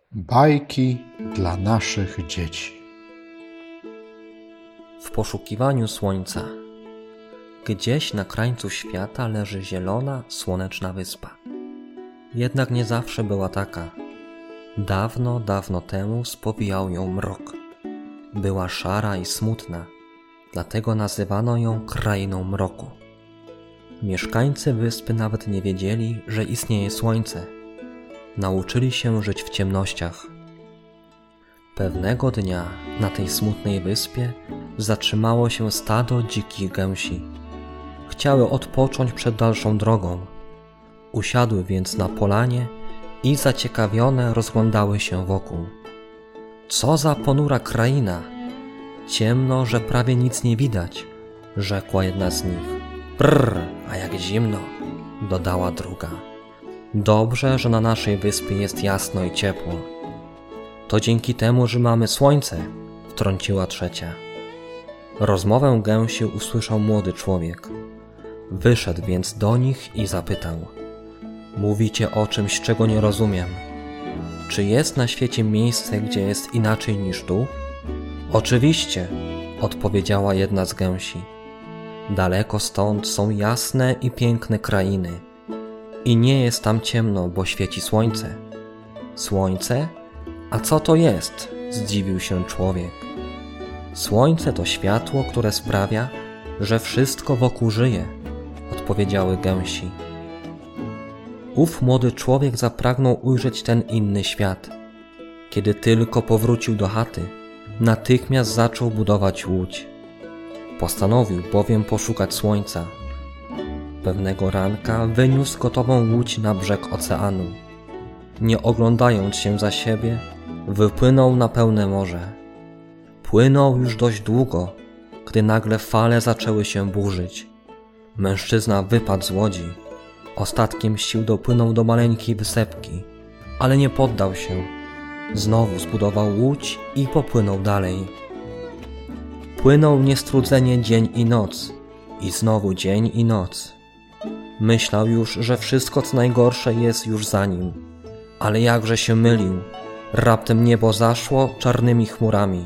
Bajki dla naszych dzieci. W poszukiwaniu słońca. Gdzieś na krańcu świata leży zielona, słoneczna wyspa. Jednak nie zawsze była taka. Dawno, dawno temu spowijał ją mrok. Była szara i smutna, dlatego nazywano ją krainą mroku. Mieszkańcy wyspy nawet nie wiedzieli, że istnieje słońce. Nauczyli się żyć w ciemnościach. Pewnego dnia na tej smutnej wyspie zatrzymało się stado dzikich gęsi. Chciały odpocząć przed dalszą drogą. Usiadły więc na polanie i zaciekawione rozglądały się wokół. Co za ponura kraina! Ciemno, że prawie nic nie widać, rzekła jedna z nich. Brrr, a jak zimno, dodała druga. Dobrze, że na naszej wyspie jest jasno i ciepło. To dzięki temu, że mamy słońce, wtrąciła trzecia. Rozmowę gęsi usłyszał młody człowiek. Wyszedł więc do nich i zapytał. Mówicie o czymś, czego nie rozumiem. Czy jest na świecie miejsce, gdzie jest inaczej niż tu? Oczywiście, odpowiedziała jedna z gęsi. Daleko stąd są jasne i piękne krainy. I nie jest tam ciemno, bo świeci słońce. Słońce? A co to jest? Zdziwił się człowiek. Słońce to światło, które sprawia, że wszystko wokół żyje, odpowiedziały gęsi. Ów młody człowiek zapragnął ujrzeć ten inny świat. Kiedy tylko powrócił do chaty, natychmiast zaczął budować łódź. Postanowił bowiem poszukać słońca. Pewnego ranka wyniósł gotową łódź na brzeg oceanu. Nie oglądając się za siebie, wypłynął na pełne morze. Płynął już dość długo, gdy nagle fale zaczęły się burzyć. Mężczyzna wypadł z łodzi. Ostatkiem sił dopłynął do maleńkiej wysepki, ale nie poddał się. Znowu zbudował łódź i popłynął dalej. Płynął niestrudzenie dzień i noc, i znowu dzień i noc. Myślał już, że wszystko co najgorsze jest już za nim, ale jakże się mylił. Raptem niebo zaszło czarnymi chmurami.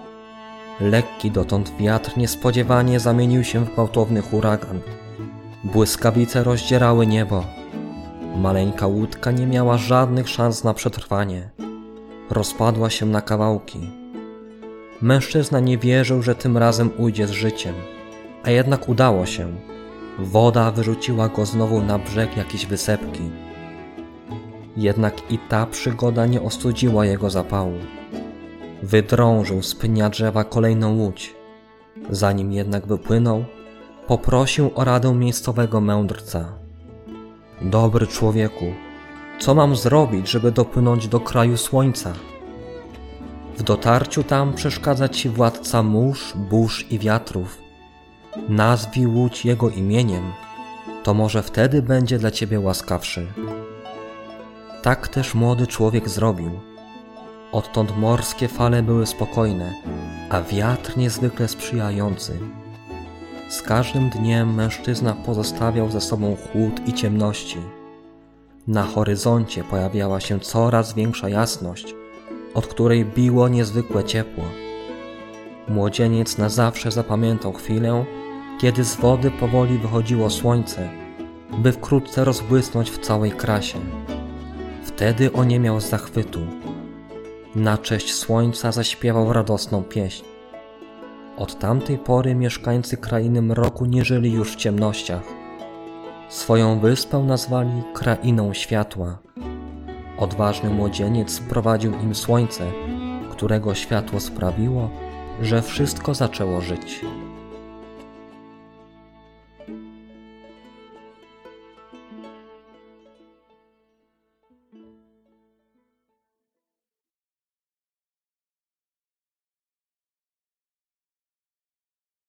Lekki dotąd wiatr niespodziewanie zamienił się w gwałtowny huragan. Błyskawice rozdzierały niebo. Maleńka łódka nie miała żadnych szans na przetrwanie. Rozpadła się na kawałki. Mężczyzna nie wierzył, że tym razem ujdzie z życiem, a jednak udało się. Woda wyrzuciła go znowu na brzeg jakiejś wysepki. Jednak i ta przygoda nie ostudziła jego zapału. Wydrążył z pnia drzewa kolejną łódź. Zanim jednak wypłynął, poprosił o radę miejscowego mędrca. Dobry człowieku, co mam zrobić, żeby dopłynąć do kraju słońca? W dotarciu tam przeszkadza ci władca mórz, burz i wiatrów. Nazwij łódź jego imieniem, to może wtedy będzie dla ciebie łaskawszy. Tak też młody człowiek zrobił. Odtąd morskie fale były spokojne, a wiatr niezwykle sprzyjający. Z każdym dniem mężczyzna pozostawiał za sobą chłód i ciemności. Na horyzoncie pojawiała się coraz większa jasność, od której biło niezwykłe ciepło. Młodzieniec na zawsze zapamiętał chwilę, kiedy z wody powoli wychodziło słońce, by wkrótce rozbłysnąć w całej krasie. Wtedy oniemiał z zachwytu. Na cześć słońca zaśpiewał radosną pieśń. Od tamtej pory mieszkańcy krainy mroku nie żyli już w ciemnościach. Swoją wyspę nazwali krainą światła. Odważny młodzieniec sprowadził im słońce, którego światło sprawiło, że wszystko zaczęło żyć.